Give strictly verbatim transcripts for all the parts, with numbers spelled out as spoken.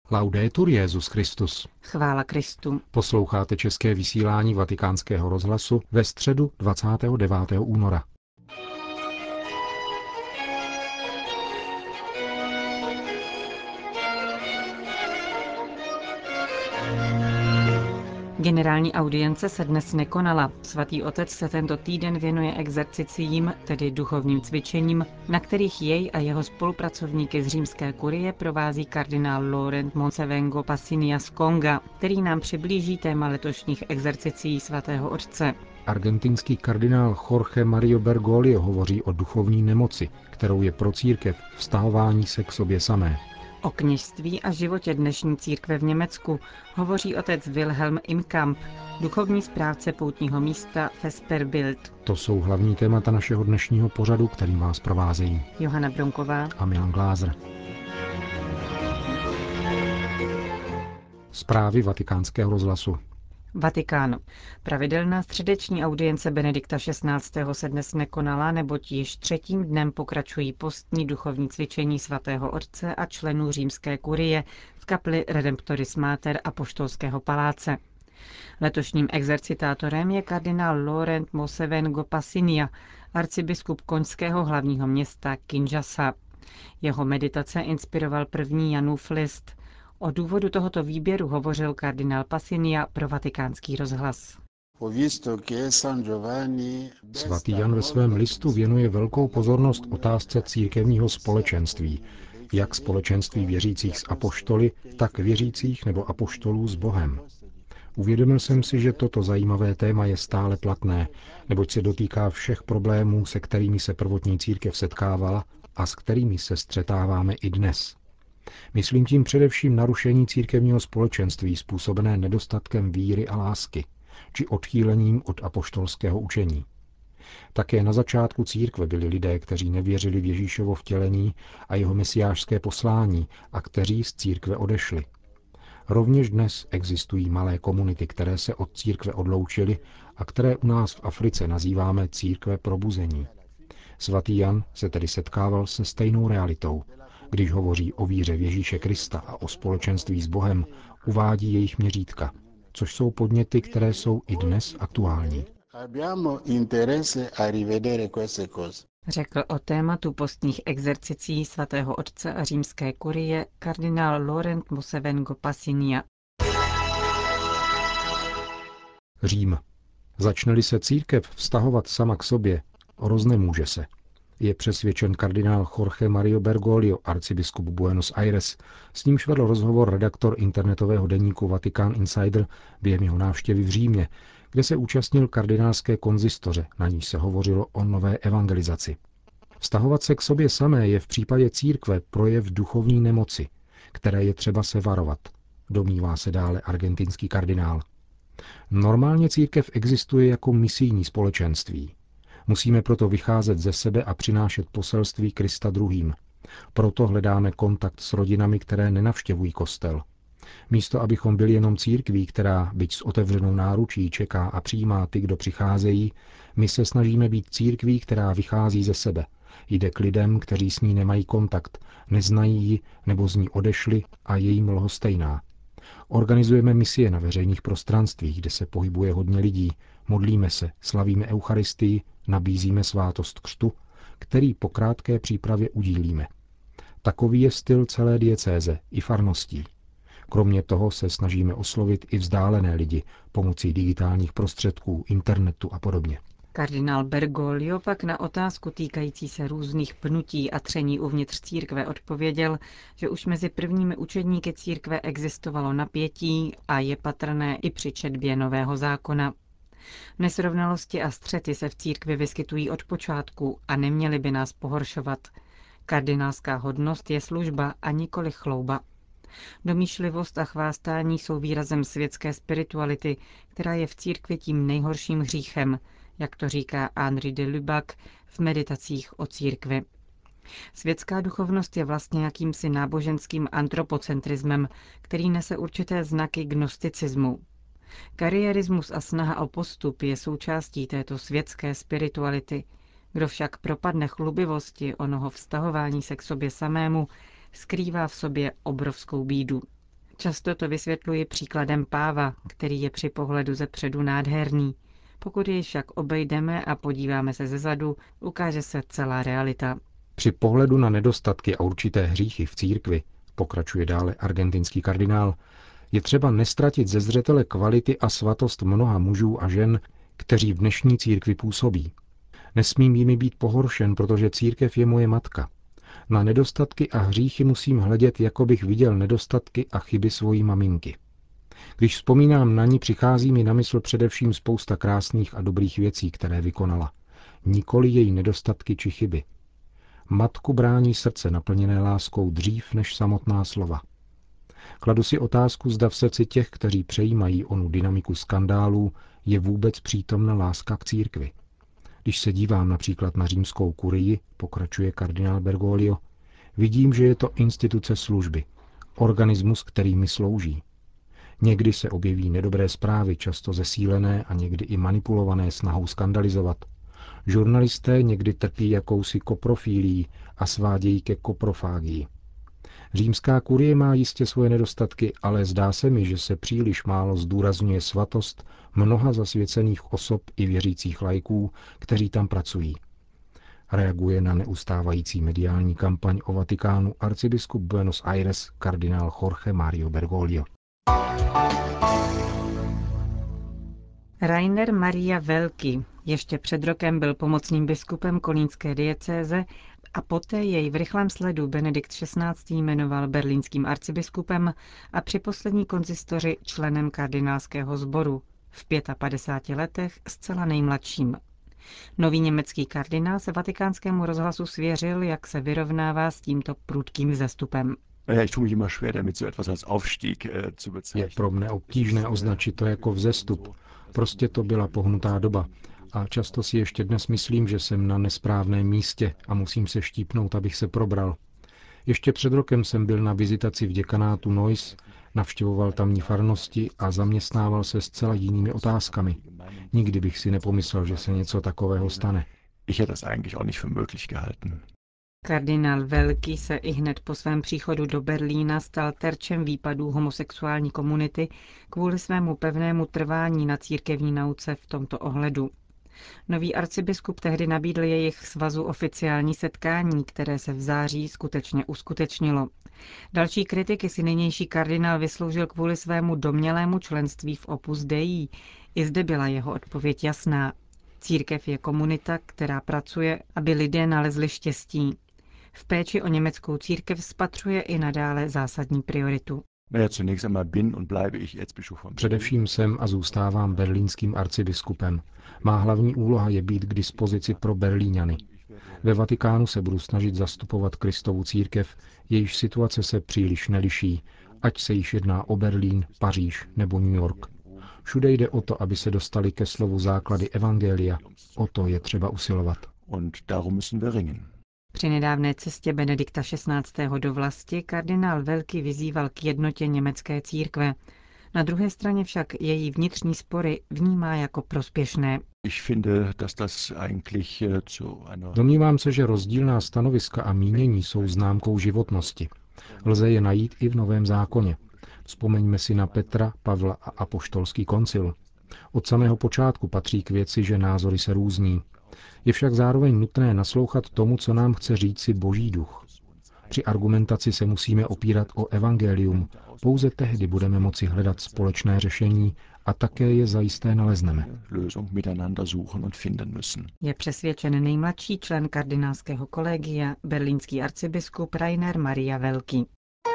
Laudetur Jesus Christus. Chvála Kristu. Posloucháte české vysílání Vatikánského rozhlasu ve středu dvacátého devátého února. Generální audience se dnes nekonala. Svatý otec se tento týden věnuje exerciciím, tedy duchovním cvičením, na kterých jej a jeho spolupracovníky z římské kurie provází kardinál Laurent Monseveni Passinia z Konga, který nám přiblíží téma letošních exercicií svatého otce. Argentinský kardinál Jorge Mario Bergoglio hovoří o duchovní nemoci, kterou je pro církev vztahování se k sobě samé. O kněžství a životě dnešní církve v Německu hovoří otec Wilhelm Imkamp, duchovní správce poutního místa Vesperbild. To jsou hlavní témata našeho dnešního pořadu, kterým vás provázejí Johana Bronková a Milan Glázer. Zprávy Vatikánského rozhlasu. Vatikán. Pravidelná středeční audience Benedikta šestnáctého se dnes nekonala, neboť již třetím dnem pokračují postní duchovní cvičení svatého otce a členů římské kurie v kapli Redemptoris Mater Apoštolského paláce. Letošním exercitátorem je kardinál Laurent Monseveni Passinia, arcibiskup koňského hlavního města Kinshasa. Jeho meditace inspiroval první Janův list. O důvodu tohoto výběru hovořil kardinál Passinia pro Vatikánský rozhlas. Svatý Jan ve svém listu věnuje velkou pozornost otázce církevního společenství, jak společenství věřících s apoštoly, tak věřících nebo apoštolů s Bohem. Uvědomil jsem si, že toto zajímavé téma je stále platné, neboť se dotýká všech problémů, se kterými se prvotní církev setkávala a s kterými se střetáváme i dnes. Myslím tím především narušení církevního společenství způsobené nedostatkem víry a lásky, či odchýlením od apoštolského učení. Také na začátku církve byli lidé, kteří nevěřili v Ježíšovo vtělení a jeho mesiášské poslání a kteří z církve odešli. Rovněž dnes existují malé komunity, které se od církve odloučily a které u nás v Africe nazýváme církve probuzení. Svatý Jan se tedy setkával se stejnou realitou. Když hovoří o víře v Ježíše Krista a o společenství s Bohem, uvádí jejich měřítka, což jsou podněty, které jsou i dnes aktuální. Řekl o tématu postních exercicí svatého otce a římské kurie kardinál Laurent Monseveni Passinia. Řím. Začne-li se církev vztahovat sama k sobě, roznemůže se. Je přesvědčen kardinál Jorge Mario Bergoglio, arcibiskup Buenos Aires, s nímž vedl rozhovor redaktor internetového deníku Vatican Insider během jeho návštěvy v Římě, kde se účastnil kardinálské konzistoře, na níž se hovořilo o nové evangelizaci. Vztahovat se k sobě samé je v případě církve projev duchovní nemoci, které je třeba se varovat, domnívá se dále argentinský kardinál. Normálně církev existuje jako misijní společenství. Musíme proto vycházet ze sebe a přinášet poselství Krista druhým. Proto hledáme kontakt s rodinami, které nenavštěvují kostel. Místo abychom byli jenom církví, která, byť s otevřenou náručí, čeká a přijímá ty, kdo přicházejí, my se snažíme být církví, která vychází ze sebe. Jde k lidem, kteří s ní nemají kontakt, neznají ji nebo z ní odešli a je jim lhostejná. Organizujeme misie na veřejných prostranstvích, kde se pohybuje hodně lidí, modlíme se, slavíme eucharistii, nabízíme svátost křtu, který po krátké přípravě udílíme. Takový je styl celé diecéze i farností. Kromě toho se snažíme oslovit i vzdálené lidi pomocí digitálních prostředků, internetu a podobně. Kardinál Bergoglio pak na otázku týkající se různých pnutí a tření uvnitř církve odpověděl, že už mezi prvními učedníky církve existovalo napětí a je patrné i při četbě Nového zákona. Nesrovnalosti a střety se v církvi vyskytují od počátku a neměly by nás pohoršovat. Kardinálská hodnost je služba a nikoli chlouba. Domýšlivost a chvástání jsou výrazem světské spirituality, která je v církvi tím nejhorším hříchem, jak to říká Henri de Lubac v meditacích o církvi. Světská duchovnost je vlastně jakýmsi náboženským antropocentrismem, který nese určité znaky gnosticismu. Kariérismus a snaha o postup je součástí této světské spirituality. Kdo však propadne chlubivosti onoho vztahování se k sobě samému, skrývá v sobě obrovskou bídu. Často to vysvětluji příkladem páva, který je při pohledu ze předu nádherný. Pokud jej však obejdeme a podíváme se zezadu, ukáže se celá realita. Při pohledu na nedostatky a určité hříchy v církvi, pokračuje dále argentinský kardinál, je třeba nestratit ze zřetele kvality a svatost mnoha mužů a žen, kteří v dnešní církvi působí. Nesmím jimi být pohoršen, protože církev je moje matka. Na nedostatky a hříchy musím hledět, jako bych viděl nedostatky a chyby svojí maminky. Když vzpomínám na ní, přichází mi na mysl především spousta krásných a dobrých věcí, které vykonala. Nikoli její nedostatky či chyby. Matku brání srdce naplněné láskou dřív než samotná slova. Kladu si otázku, zda v srdci těch, kteří přejímají onu dynamiku skandálů, je vůbec přítomna láska k církvi. Když se dívám například na římskou kurii, pokračuje kardinál Bergoglio, vidím, že je to instituce služby, organismus, který mi slouží. Někdy se objeví nedobré zprávy, často zesílené a někdy i manipulované snahou skandalizovat. Žurnalisté někdy trpí jakousi koprofílií a svádějí ke koprofágii. Římská kurie má jistě svoje nedostatky, ale zdá se mi, že se příliš málo zdůrazňuje svatost mnoha zasvěcených osob i věřících laiků, kteří tam pracují. Reaguje na neustávající mediální kampaň o Vatikánu arcibiskup Buenos Aires kardinál Jorge Mario Bergoglio. Rainer Maria Velki ještě před rokem byl pomocným biskupem kolínské diecéze a poté jej v rychlém sledu Benedikt šestnáctý jmenoval berlínským arcibiskupem a při poslední konzistoři členem kardinálského sboru, v padesát pěti letech zcela nejmladším. Nový německý kardinál se vatikánskému rozhlasu svěřil, jak se vyrovnává s tímto prudkým zastupem. Je pro mne obtížné označit to jako vzestup. Prostě to byla pohnutá doba. A často si ještě dnes myslím, že jsem na nesprávném místě a musím se štípnout, abych se probral. Ještě před rokem jsem byl na vizitaci v děkanátu Neuss, navštěvoval tamní farnosti a zaměstnával se zcela jinými otázkami. Nikdy bych si nepomyslel, že se něco takového stane. Kardinál Velki se ihned po svém příchodu do Berlína stal terčem výpadů homosexuální komunity kvůli svému pevnému trvání na církevní nauce v tomto ohledu. Nový arcibiskup tehdy nabídl jejich svazu oficiální setkání, které se v září skutečně uskutečnilo. Další kritiky si nynější kardinál vysloužil kvůli svému domnělému členství v Opus Dei. I zde byla jeho odpověď jasná. Církev je komunita, která pracuje, aby lidé nalezli štěstí. V péči o německou církev spatřuje i nadále zásadní prioritu. Především jsem a zůstávám berlínským arcibiskupem. Má hlavní úloha je být k dispozici pro Berlíňany. Ve Vatikánu se budu snažit zastupovat Kristovu církev, jejíž situace se příliš neliší, ať se již jedná o Berlín, Paříž nebo New York. Všude jde o to, aby se dostali ke slovu základy evangelia. O to je třeba usilovat. Při nedávné cestě Benedikta šestnáctého do vlasti kardinál Velki vyzýval k jednotě německé církve. Na druhé straně však její vnitřní spory vnímá jako prospěšné. Domnívám se, že rozdílná stanoviska a mínění jsou známkou životnosti. Lze je najít i v Novém zákoně. Vzpomeňme si na Petra, Pavla a apoštolský koncil. Od samého počátku patří k věci, že názory se různí. Je však zároveň nutné naslouchat tomu, co nám chce říci Boží duch. Při argumentaci se musíme opírat o evangelium. Pouze tehdy budeme moci hledat společné řešení a také je zajisté nalezneme. Je přesvědčen nejmladší člen kardinálského kolegia, berlínský arcibiskup Rainer Maria Velki.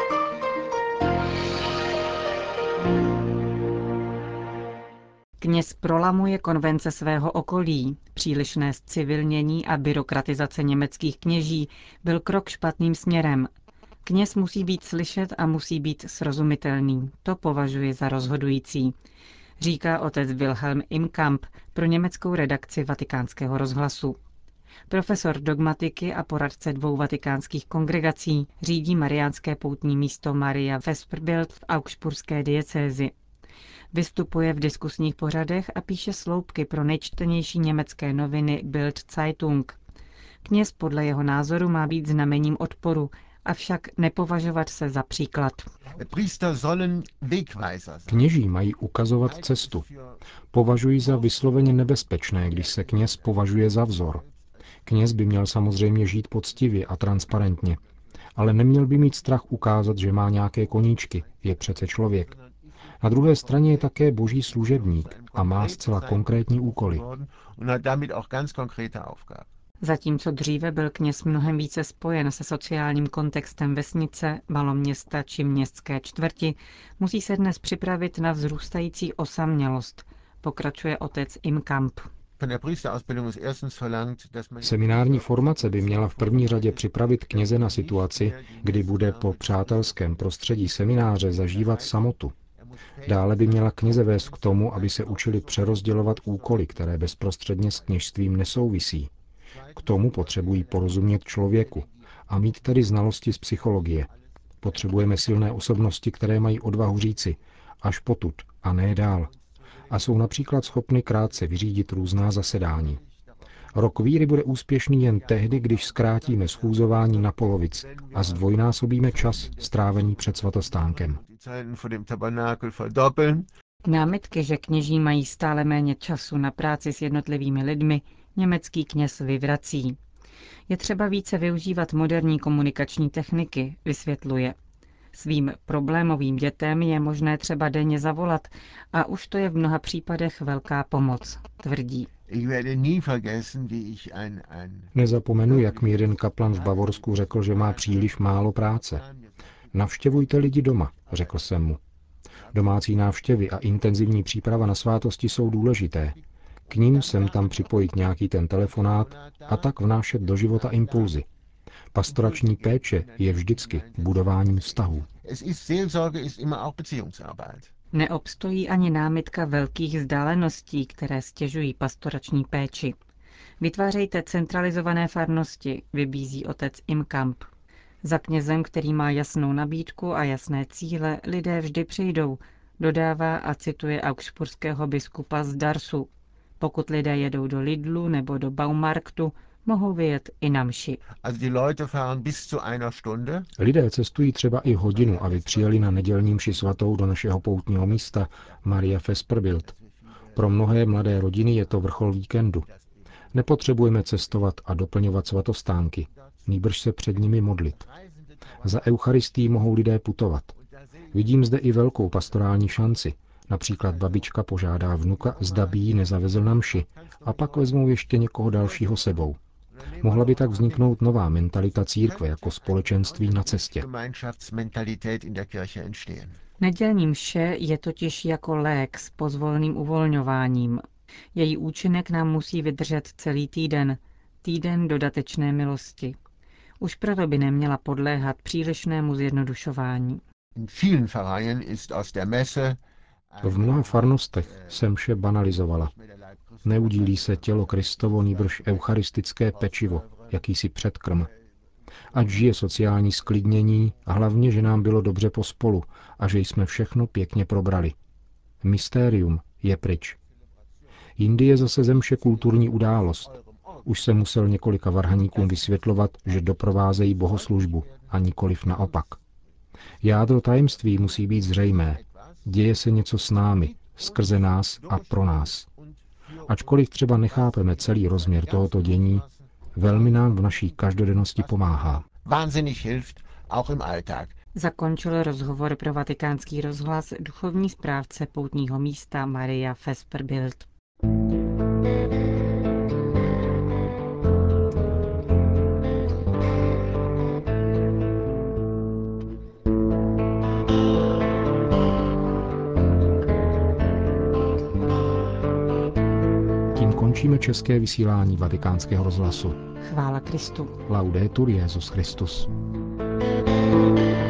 Kněz prolamuje konvence svého okolí. Přílišné zcivilnění a byrokratizace německých kněží byl krok špatným směrem. Kněz musí být slyšet a musí být srozumitelný. To považuji za rozhodující, říká otec Wilhelm Imkamp pro německou redakci Vatikánského rozhlasu. Profesor dogmatiky a poradce dvou vatikánských kongregací řídí mariánské poutní místo Maria Vesperbild v augsburské diecézi. Vystupuje v diskusních pořadech a píše sloupky pro nejčtenější německé noviny Bild Zeitung. Kněz podle jeho názoru má být znamením odporu avšak nepovažovat se za příklad. Kněží mají ukazovat cestu. Považuji za vysloveně nebezpečné, když se kněz považuje za vzor. Kněz by měl samozřejmě žít poctivě a transparentně, ale neměl by mít strach ukázat, že má nějaké koníčky, je přece člověk. Na druhé straně je také boží služebník a má zcela konkrétní úkoly. Zatímco dříve byl kněz mnohem více spojen se sociálním kontextem vesnice, maloměsta či městské čtvrti, musí se dnes připravit na vzrůstající osamělost, pokračuje otec Imkamp. Seminární formace by měla v první řadě připravit kněze na situaci, kdy bude po přátelském prostředí semináře zažívat samotu. Dále by měla kněze vést k tomu, aby se učili přerozdělovat úkoly, které bezprostředně s kněžstvím nesouvisí. K tomu potřebují porozumět člověku a mít tedy znalosti z psychologie. Potřebujeme silné osobnosti, které mají odvahu říci až potud a ne dál. A jsou například schopny krátce vyřídit různá zasedání. Rok víry bude úspěšný jen tehdy, když zkrátíme schůzování na polovic a zdvojnásobíme čas strávený před svatostánkem. Námitky, že kněží mají stále méně času na práci s jednotlivými lidmi, německý kněz vyvrací. Je třeba více využívat moderní komunikační techniky, vysvětluje. Svým problémovým dětem je možné třeba denně zavolat a už to je v mnoha případech velká pomoc, tvrdí. Nezapomenu, jak mi jeden kaplan v Bavorsku řekl, že má příliš málo práce. Navštěvujte lidi doma, řekl jsem mu. Domácí návštěvy a intenzivní příprava na svátosti jsou důležité. K ním sem tam připojit nějaký ten telefonát a tak vnášet do života impulzy. Pastorační péče je vždycky budováním vztahů. Neobstojí ani námitka velkých vzdáleností, které stěžují pastorační péči. Vytvářejte centralizované farnosti, vybízí otec Imkamp. Za knězem, který má jasnou nabídku a jasné cíle, lidé vždy přijdou, dodává a cituje augsburského biskupa z Darsu. Pokud lidé jedou do Lidlu nebo do Baumarktu, mohou vyjet i na mši. Lidé cestují třeba i hodinu, aby přijeli na nedělní mši svatou do našeho poutního místa Maria Vesperbild. Pro mnohé mladé rodiny je to vrchol víkendu. Nepotřebujeme cestovat a doplňovat svatostánky, nýbrž se před nimi modlit. Za Eucharistii mohou lidé putovat. Vidím zde i velkou pastorální šanci. Například babička požádá vnuka, zda by jí nezavezl na mši, a pak vezmou ještě někoho dalšího sebou. Mohla by tak vzniknout nová mentalita církve jako společenství na cestě. Nedělní mše je totiž jako lék s pozvolným uvolňováním. Její účinek nám musí vydržet celý týden, týden dodatečné milosti. Už proto by neměla podléhat přílišnému zjednodušování. V mnoha farnostech se mše banalizovala. Neudílí se tělo Kristovo, nýbrž eucharistické pečivo, jakýsi předkrm. Ať žije sociální sklidnění a hlavně, že nám bylo dobře pospolu a že jsme všechno pěkně probrali. Mystérium je pryč. Jindy je zase ze mše kulturní událost. Už se musel několika varhaníkům vysvětlovat, že doprovázejí bohoslužbu a nikoliv naopak. Jádro tajemství musí být zřejmé. Děje se něco s námi, skrze nás a pro nás. Ačkoliv třeba nechápeme celý rozměr tohoto dění, velmi nám v naší každodennosti pomáhá. Zakončil rozhovor pro Vatikánský rozhlas duchovní správce poutního místa Maria Vesperbild. Končíme české vysílání Vatikánského rozhlasu. Chvála Kristu. Laudetur Jesus Christus.